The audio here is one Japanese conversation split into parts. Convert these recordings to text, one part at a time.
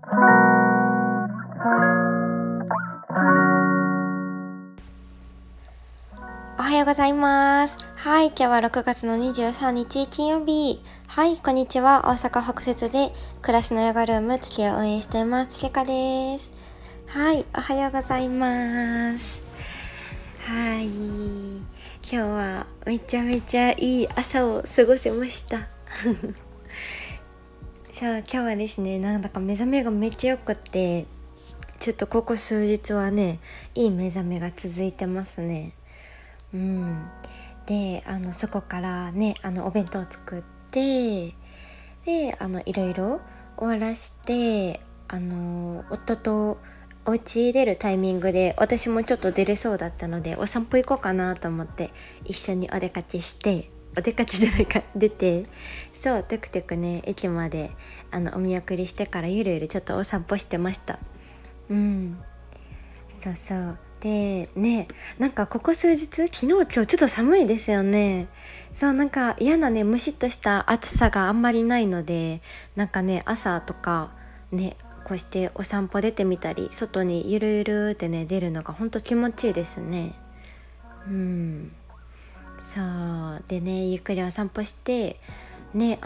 おはようございます。はい、今日は6月の23日金曜日。はい、こんにちは。大阪北節で暮らしのヨガルーム月を運営しています。けかです。はい、おはようございます。はい、今日はめちゃめちゃいい朝を過ごせました。そう、今日はですね、なんだか目覚めがめっちゃ良くって、ちょっとここ数日はね、いい目覚めが続いてますね。でそこからねお弁当を作って、でいろいろ終わらして夫とお家出るタイミングで私もちょっと出れそうだったのでお散歩行こうかなと思って一緒にお出かけしてお出かけじゃないか出て、そうテクテクね駅までお見送りしてからゆるゆるちょっとお散歩してました。そうそうでね、なんかここ数日昨日今日ちょっと寒いですよね。そうなんか嫌なねムシッとした暑さがあんまりないので、なんかね朝とかねこうしてお散歩出てみたり外にゆるゆるってね出るのがほんと気持ちいいですね。そうでねゆっくりお散歩してね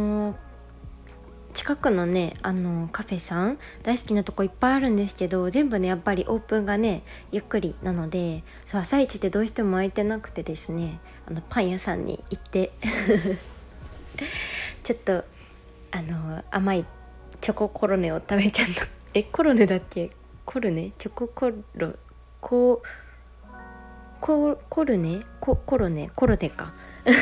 近くのねカフェさん大好きなとこいっぱいあるんですけど、全部ねやっぱりオープンがねゆっくりなので、そう朝一ってどうしても空いてなくてですね、パン屋さんに行ってちょっと甘いチョココロネを食べちゃった。コロネだっけ、コルネチョココロココルネコロネコロネか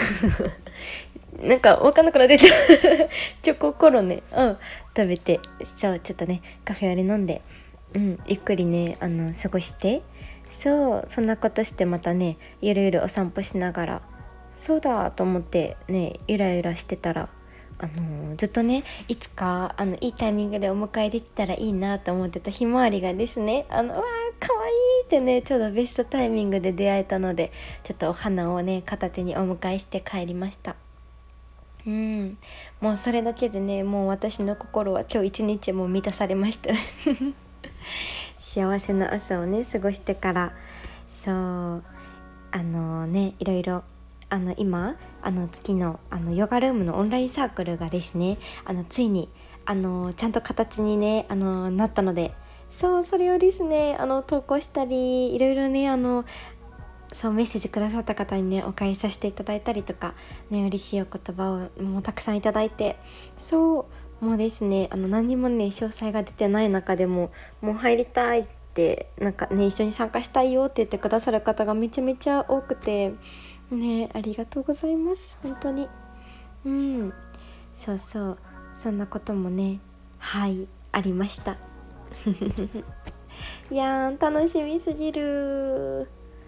なんか分かんなくなってたチョココロネを食べて、そうちょっとねカフェオレ飲んで、ゆっくりね過ごして、そんなことしてまたねゆるゆるお散歩しながら、そうだと思ってねゆらゆらしてたらずっとねいつかいいタイミングでお迎えできたらいいなと思ってたひまわりがですねうわーかわいいってねちょうどベストタイミングで出会えたので、ちょっとお花をね片手にお迎えして帰りました。もうそれだけでねもう私の心は今日一日も満たされました幸せな朝をね過ごしてから、そうねいろいろ今月のヨガルームのオンラインサークルがですねついにちゃんと形にねなったので、それをですね投稿したりいろいろねそうメッセージくださった方にねお返しさせていただいたりとかね、嬉しいお言葉をもうたくさんいただいて、そうもうですね何にもね詳細が出てない中でももう入りたいってなんかね一緒に参加したいよって言ってくださる方がめちゃめちゃ多くてね、ありがとうございます本当に。そんなこともねはいありましたいやー楽しみすぎる。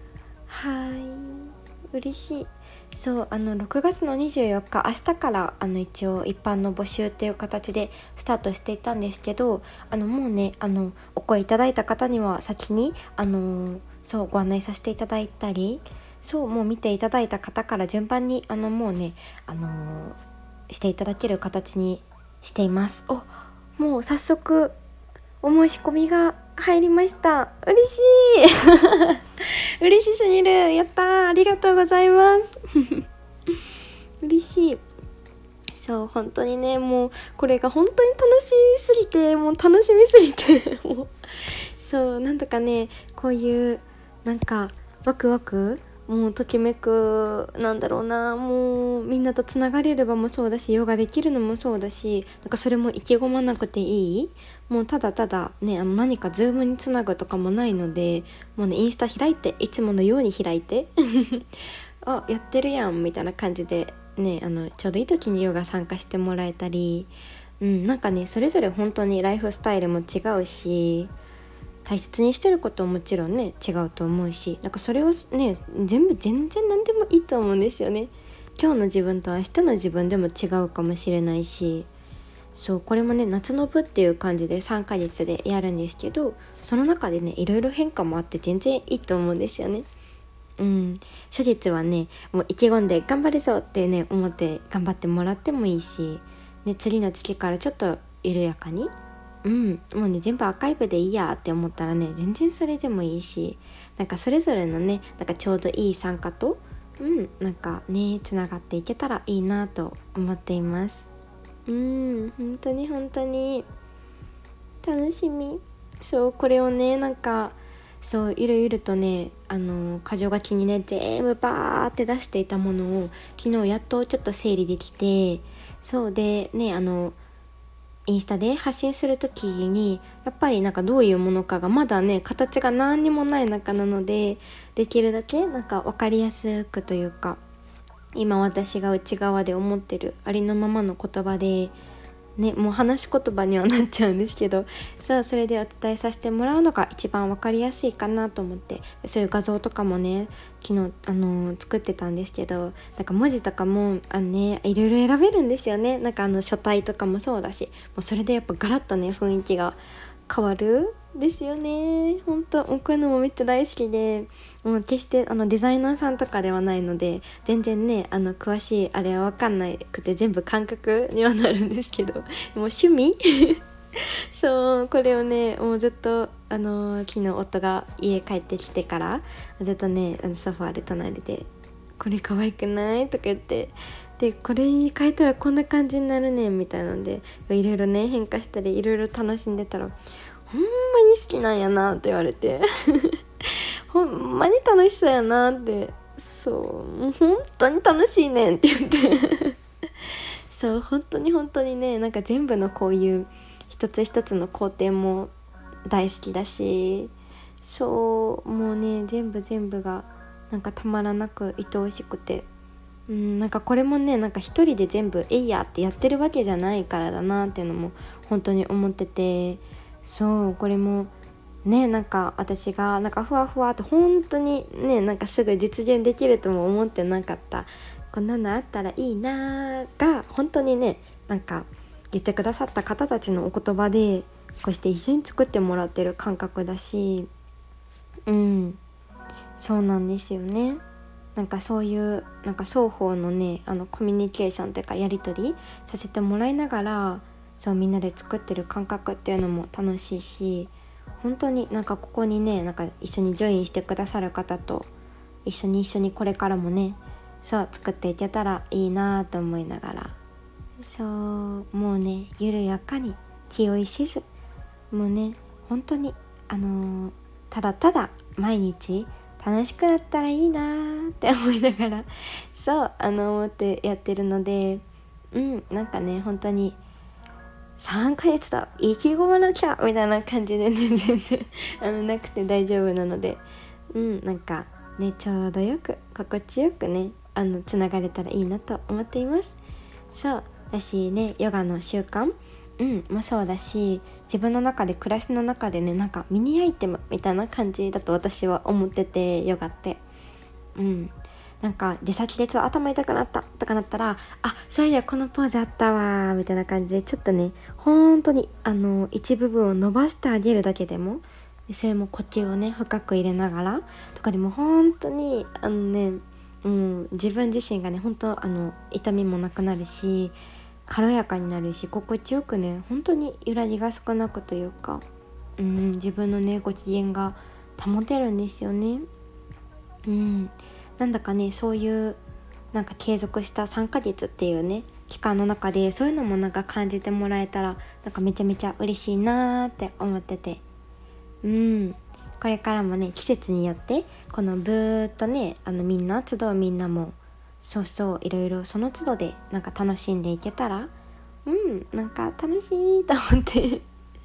嬉しい。そう6月の24日明日から一応一般の募集っていう形でスタートしていたんですけど、もうねお声いただいた方には先にそうご案内させていただいたり、そうもう見ていただいた方から順番にもうねしていただける形にしています。もう早速お申し込みが入りました。嬉しい嬉しすぎる。やったー、ありがとうございます嬉しい。そう本当にねもうこれが本当に楽しすぎてもう楽しみすぎてもうそうなんとかねこういうなんかワクワクもうときめくなんだろうな、もうみんなとつながれる場もそうだしヨガできるのもそうだし、なんかそれも意気込まなくていい、もうただただね何かズームにつなぐとかもないので、もうねインスタ開いていつものように開いてやってるやんみたいな感じでねちょうどいい時にヨガ参加してもらえたり、なんかねそれぞれ本当にライフスタイルも違うし大切にしてることももちろんね違うと思うし、なんかそれをね全然何でもいいと思うんですよね。今日の自分と明日の自分でも違うかもしれないし、そうこれもね夏の部っていう感じで3ヶ月でやるんですけど、その中でねいろいろ変化もあって全然いいと思うんですよね。初日はねもう意気込んで頑張るぞってね思って頑張ってもらってもいいし、ね、次の月からちょっと緩やかにもうね全部アーカイブでいいやって思ったらね全然それでもいいし、なんかそれぞれのねなんかちょうどいい参加となんかねつながっていけたらいいなと思っています。本当に本当に楽しみ。そうこれをねなんかそうゆるゆるとね箇条書きにね全部バーって出していたものを昨日やっとちょっと整理できて、そうでねインスタで発信するときにやっぱりなんかどういうものかがまだね形が何にもない中なので、できるだけなんか分かりやすくというか今私が内側で思ってるありのままの言葉でね、もう話し言葉にはなっちゃうんですけど、それでお伝えさせてもらうのが一番分かりやすいかなと思って、そういう画像とかもね昨日作ってたんですけど、なんか文字とかもいろいろ選べるんですよね。なんか書体とかもそうだし、もうそれでやっぱガラッとね雰囲気が変わるですよね。本当こういうのもめっちゃ大好きで、もう決してデザイナーさんとかではないので全然ね詳しいあれは分かんなくて全部感覚にはなるんですけどもう趣味そうこれをねもうずっと昨日夫が家帰ってきてからずっとねソファーで隣でこれ可愛くないとか言って、でこれに変えたらこんな感じになるねみたいなのでいろいろね変化したりいろいろ楽しんでたらほんまに好きなんやなって言われてほんまに楽しそうやなって、そう本当に楽しいねんって言ってそう本当に本当にねなんか全部のこういう一つ一つの工程も大好きだし、そうもうね全部がなんかたまらなく愛おしくて、なんかこれもねなんか一人で全部えいやってやってるわけじゃないからだなっていうのも本当に思ってて、そうこれもねなんか私がなんかふわふわと本当にねなんかすぐ実現できるとも思ってなかった、こんなのあったらいいなが本当にねなんか言ってくださった方たちのお言葉でこうして一緒に作ってもらってる感覚だし、そうなんですよね。なんかそういうなんか双方のねコミュニケーションというかやり取りさせてもらいながらそうみんなで作ってる感覚っていうのも楽しいし、本当になんかここにねなんか一緒にジョインしてくださる方と一緒にこれからもねそう作っていけたらいいなと思いながら、そうもうね緩やかに気負いせずもうね本当にただただ毎日楽しくなったらいいなって思いながらそう思ってやってるので、なんかね本当に3ヶ月だ意気込まなきゃみたいな感じでね全然なくて大丈夫なので、なんかねちょうどよく心地よくねつながれたらいいなと思っています。そうだしねヨガの習慣もそうだし自分の中で暮らしの中でねなんかミニアイテムみたいな感じだと私は思ってて、ヨガってなんか出先でちょっと頭痛くなったとかなったらそういやこのポーズあったわみたいな感じでちょっとね本当に一部分を伸ばしてあげるだけでも、それも呼吸をね深く入れながらとかでも本当に自分自身がね本当痛みもなくなるし軽やかになるし心地よくね本当に揺らぎが少なくというか、自分のねご機嫌が保てるんですよね。なんだかねそういうなんか継続した3ヶ月っていうね期間の中でそういうのもなんか感じてもらえたらなんかめちゃめちゃ嬉しいなーって思ってて、これからもね季節によってこのブーっとねみんな集うみんなもそういろいろその都度でなんか楽しんでいけたらなんか楽しいと思って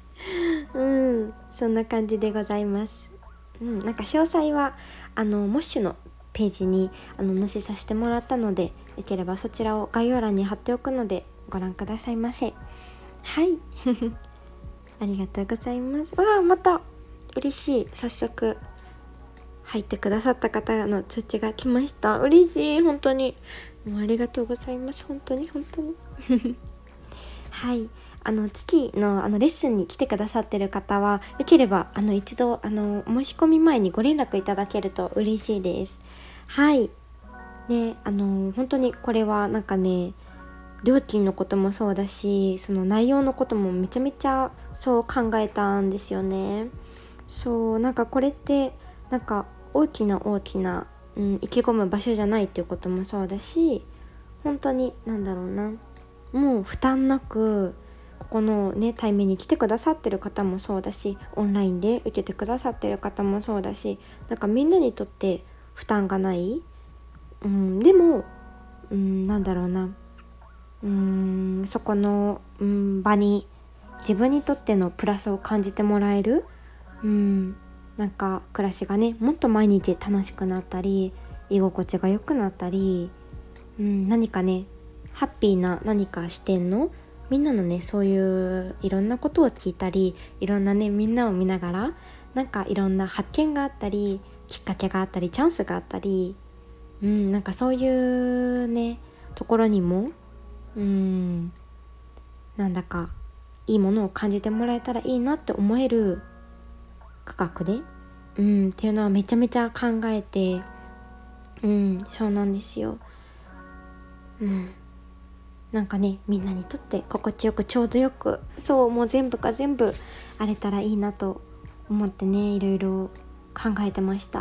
そんな感じでございます。なんか詳細はモッシュのページに載せさせてもらったのでよければそちらを概要欄に貼っておくのでご覧くださいませ。はいありがとうございます。また嬉しい、早速入ってくださった方の通知が来ました。嬉しい、本当にもうありがとうございます。本当にはい月のレッスンに来てくださってる方はよければ一度申し込み前にご連絡いただけると嬉しいです。はいで本当にこれはなんかね料金のこともそうだし、その内容のこともめちゃめちゃそう考えたんですよね。そうなんかこれってなんか大きな、意気込む場所じゃないっていうこともそうだし、本当にもう負担なくここのね対面に来てくださってる方もそうだし、オンラインで受けてくださってる方もそうだし、なんかみんなにとって負担がない、でもそこの、場に自分にとってのプラスを感じてもらえる、なんか暮らしがねもっと毎日楽しくなったり居心地が良くなったり、何かねハッピーな何か視点のみんなのねそういういろんなことを聞いたり、いろんなねみんなを見ながらなんかいろんな発見があったりきっかけがあったりチャンスがあったり、なんかそういうねところにもなんだかいいものを感じてもらえたらいいなって思える価格で、っていうのはめちゃめちゃ考えて、そうなんですよ。なんかねみんなにとって心地よくちょうどよく、そうもう全部が全部あれたらいいなと思ってね、いろいろ考えてました。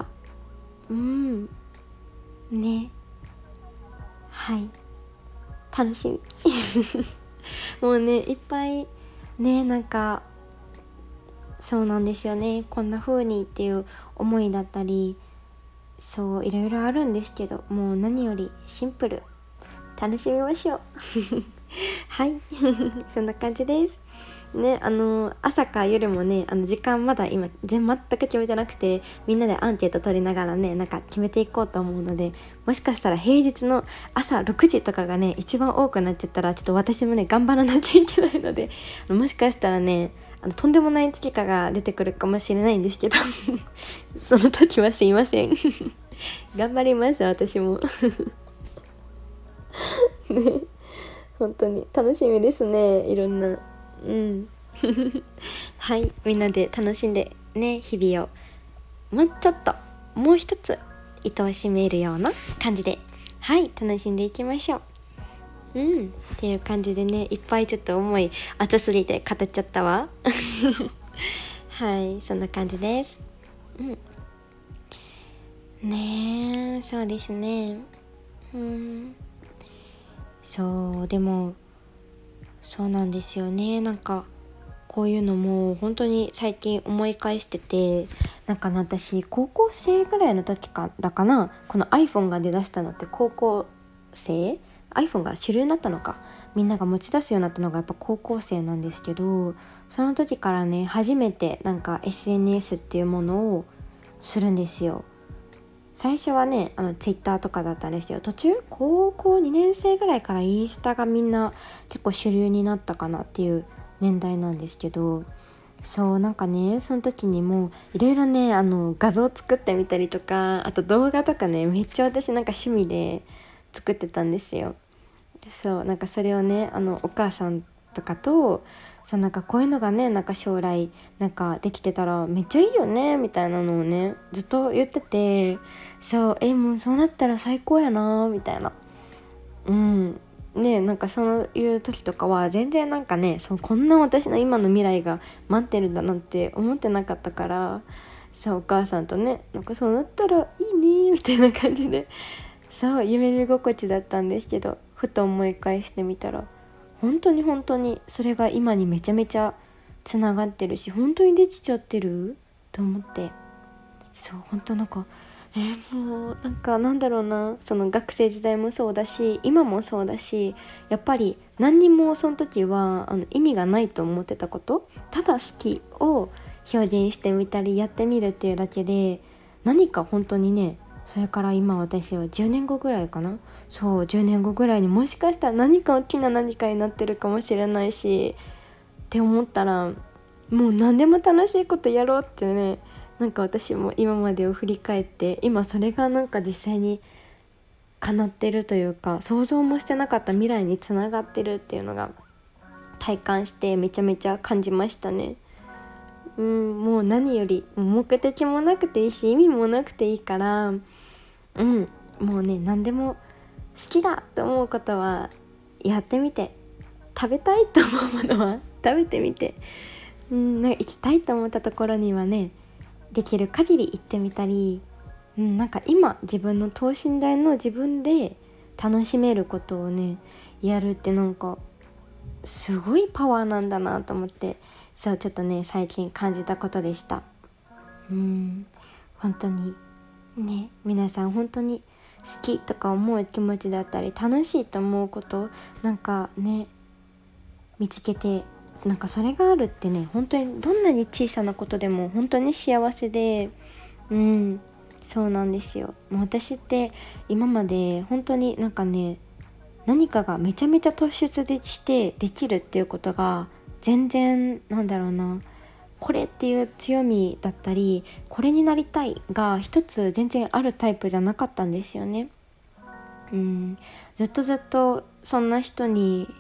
ね、はい楽しみもうねいっぱいねなんかそうなんですよね、こんな風にっていう思いだったり、そういろいろあるんですけど、もう何よりシンプル楽しみましょうはいそんな感じですね。朝か夜もね時間まだ今全く決めてなくて、みんなでアンケート取りながらねなんか決めていこうと思うので、もしかしたら平日の朝6時とかがね一番多くなっちゃったらちょっと私もね頑張らなきゃいけないので、もしかしたらねとんでもない月化が出てくるかもしれないんですけどその時はすいません頑張ります私もね、本当に楽しみですね、いろんなはいみんなで楽しんでね日々をもうちょっともう一つ愛おしめるような感じではい楽しんでいきましょう。っていう感じでねいっぱいちょっと思い熱すぎて語っちゃったわはいそんな感じです。ねえそうですね。そうでもそうなんですよね。なんかこういうのも本当に最近思い返してて、私高校生ぐらいの時からかな、この iPhone が出だしたのって、高校生 iPhone が主流になったのか、みんなが持ち出すようになったのがやっぱ高校生なんですけど、その時からね初めてなんか SNS っていうものをするんですよ。最初はねTwitter とかだったんですけど、途中高校2年生ぐらいからインスタがみんな結構主流になったかなっていう年代なんですけど、そうなんかねその時にもいろいろね画像作ってみたりとか、あと動画とかねめっちゃ私なんか趣味で作ってたんですよ。そうなんかそれをねお母さんとかとなんかこういうのがねなんか将来なんかできてたらめっちゃいいよねみたいなのをねずっと言ってて、そうもうそうなったら最高やなみたいな、ねなんかそういう時とかは全然なんかねこんな私の今の未来が待ってるんだなんて思ってなかったから、そうお母さんとねなんかそうなったらいいねみたいな感じでそう夢見心地だったんですけど、ふと思い返してみたら本当にそれが今にめちゃめちゃつながってるし、本当にできちゃってると思って、そう本当なんかもうその学生時代もそうだし今もそうだし、やっぱり何にもその時は意味がないと思ってたこと、ただ好きを表現してみたりやってみるっていうだけで何か本当にね、それから今私は10年後ぐらいかな、そう10年後ぐらいにもしかしたら何か大きな何かになってるかもしれないしって思ったら、もう何でも楽しいことやろうってね、なんか私も今までを振り返って今それがなんか実際に叶ってるというか、想像もしてなかった未来につながってるっていうのが体感してめちゃめちゃ感じましたね。もう何より目的もなくていいし意味もなくていいから、もうね何でも好きだと思うことはやってみて、食べたいと思うものは食べてみて、なんか行きたいと思ったところにはね、できる限り行ってみたり、なんか今自分の等身大の自分で楽しめることをねやるって、なんかすごいパワーなんだなと思って、そうちょっとね最近感じたことでした。本当にね、皆さん本当に好きとか思う気持ちだったり楽しいと思うことなんかね見つけて、なんかそれがあるってね、本当にどんなに小さなことでも本当に幸せで、そうなんですよ。もう私って今まで本当になんかね、何かがめちゃめちゃ突出でしてできるっていうことが全然これっていう強みだったり、これになりたいが一つ全然あるタイプじゃなかったんですよね。ずっとそんな人に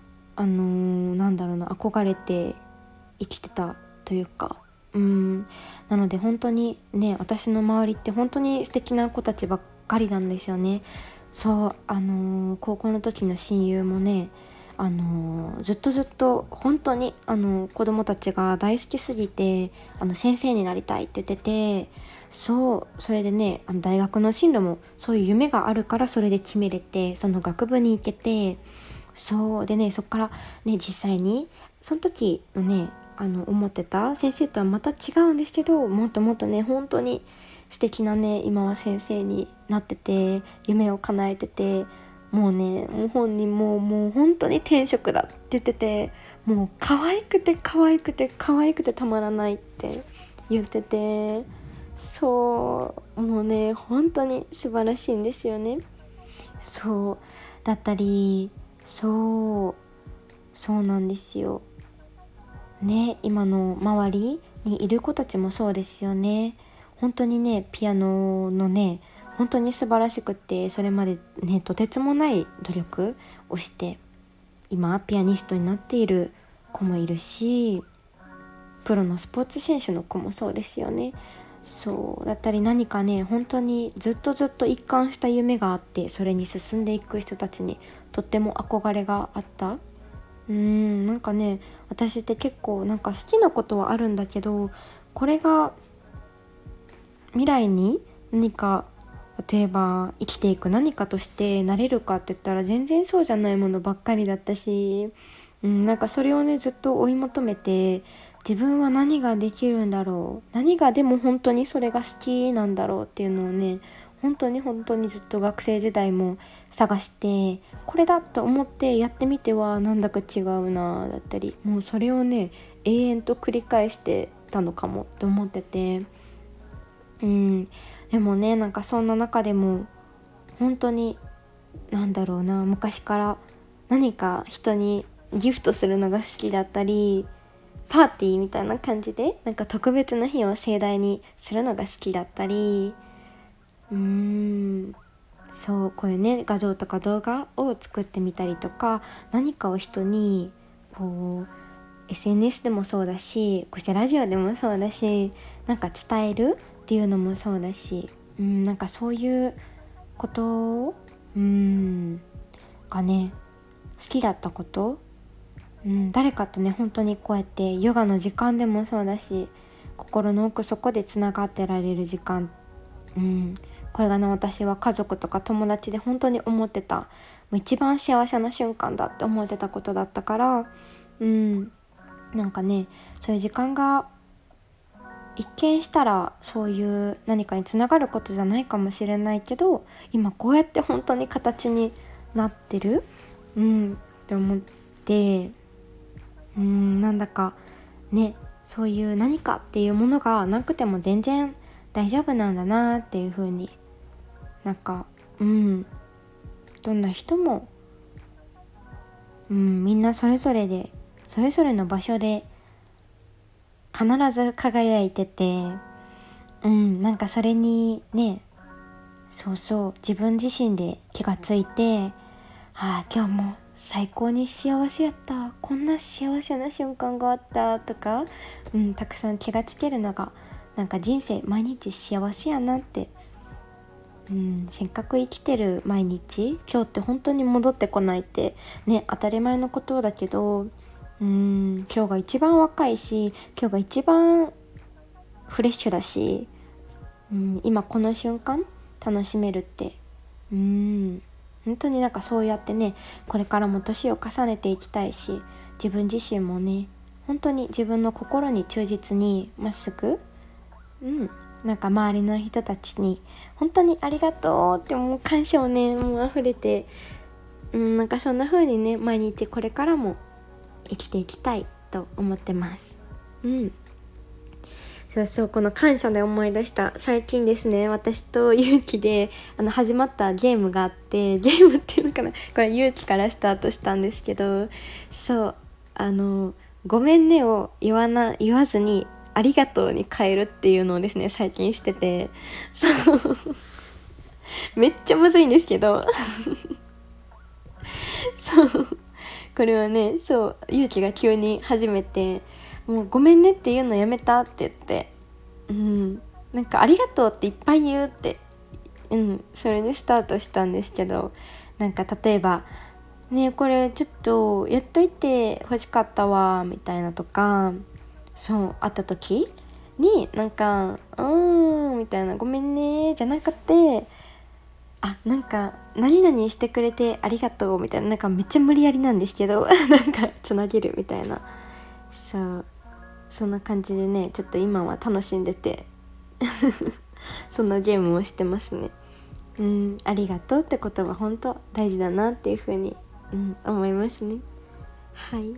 憧れて生きてたというか、なので本当にね、私の周りって本当に素敵な子たちばっかりなんですよね。そう、高校の時の親友もね、ずっと本当に子供たちが大好きすぎて先生になりたいって言ってて、それでね、大学の進路もそういう夢があるからそれで決めれて、その学部に行けて、そうでね、そっからね実際にその時のね思ってた先生とはまた違うんですけど、もっともっとね本当に素敵なね今は先生になってて、夢を叶えてて、もう本人ももう本当に天職だって言ってて、もう可愛くてたまらないって言ってて、そうもうね本当に素晴らしいんですよね。そうだったり、そうなんですよね。今の周りにいる子たちもそうですよね。本当にねピアノのね本当に素晴らしくて、それまでねとてつもない努力をして今ピアニストになっている子もいるし、プロのスポーツ選手の子もそうですよね。そうだったり、何かね本当にずっと一貫した夢があってそれに進んでいく人たちにとっても憧れがあった。なんかね、私って結構なんか好きなことはあるんだけど、これが未来に何か例えば生きていく何かとしてなれるかって言ったら全然そうじゃないものばっかりだったし、なんかそれをねずっと追い求めて、自分は何ができるんだろう、何がでも本当にそれが好きなんだろうっていうのをね本当にずっと学生時代も探して、これだと思ってやってみてはなんだか違うなだったり、もうそれをね永遠と繰り返してたのかもって思ってて、でもねなんかそんな中でも本当に昔から何か人にギフトするのが好きだったり、パーティーみたいな感じでなんか特別な日を盛大にするのが好きだったり、そうこういうね画像とか動画を作ってみたりとか、何かを人にこう SNS でもそうだし、こうしてラジオでもそうだし、なんか伝えるっていうのもそうだし、なんかそういうことがね好きだったこと、誰かとね本当にこうやってヨガの時間でもそうだし、心の奥底でつながってられる時間、これがね私は家族とか友達で本当に思ってた、もう一番幸せな瞬間だって思ってたことだったから、なんかねそういう時間が一見したらそういう何かにつながることじゃないかもしれないけど、今こうやって本当に形になってるって思って、なんだかねそういう何かっていうものがなくても全然大丈夫なんだなっていう風に、なんかどんな人もみんなそれぞれでそれぞれの場所で必ず輝いてて、なんかそれにね自分自身で気がついて、今日も最高に幸せやった、こんな幸せな瞬間があったとか、たくさん気がつけるのがなんか人生毎日幸せやなってせっかく生きてる毎日、今日って本当に戻ってこないってね、当たり前のことだけど、今日が一番若いし、今日が一番フレッシュだし、今この瞬間楽しめるって、本当になんかそうやってね、これからも年を重ねていきたいし、自分自身もね、本当に自分の心に忠実にまっすぐ、なんか周りの人たちに本当にありがとうってもう感謝をね、もう溢れて、なんかそんな風にね、毎日これからも生きていきたいと思ってます。そうこの感謝で思い出した、最近ですね、私とゆうきで始まったゲームがあって、ゲームっていうのかな、これゆうきからスタートしたんですけど、ごめんねを言わずにありがとうに変えるっていうのをですね、最近してて、そうめっちゃむずいんですけどそうこれはね、ゆうきが急に始めて、もうごめんねって言うのやめたって言って、なんかありがとうっていっぱい言うって、それでスタートしたんですけど、なんか例えばね、これちょっとやっといて欲しかったわみたいなとか、会った時になんかみたいな、ごめんねじゃなくて、なんか何々してくれてありがとうみたいな、なんかめっちゃ無理やりなんですけどなんかつなげるみたいな、そんな感じでね、ちょっと今は楽しんでてそんなゲームをしてますね。ありがとうって言葉本当大事だなっていう風に、思いますね。はい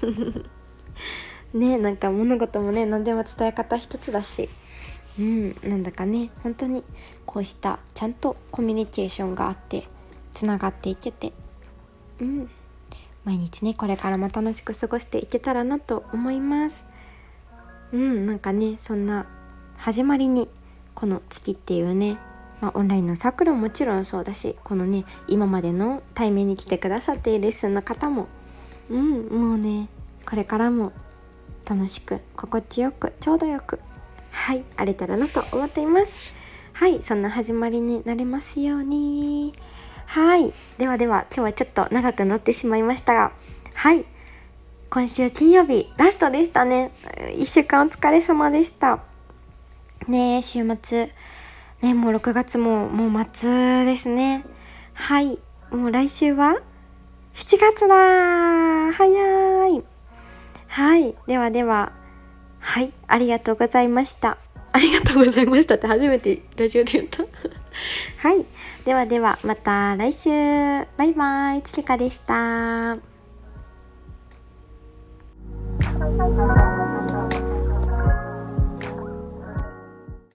ね、なんか物事もね、何でも伝え方一つだし、なんだかね、本当にこうしたちゃんとコミュニケーションがあってつながっていけて、毎日ね、これからも楽しく過ごしていけたらなと思います。なんかね、そんな始まりにこの月っていうね、オンラインのサークルももちろんそうだし、このね、今までの対面に来てくださっているレッスンの方も、もうね、これからも楽しく心地よくちょうどよくあれたらなと思っています。そんな始まりになれますように。では今日はちょっと長くなってしまいましたが、今週金曜日ラストでしたね。1週間お疲れ様でしたね。週末ね、もう6月ももう末ですね。もう来週は7月だ。早い。ではありがとうございました。ありがとうございましたって初めてラジオで言ったではまた来週。バイバイ。つきかでした。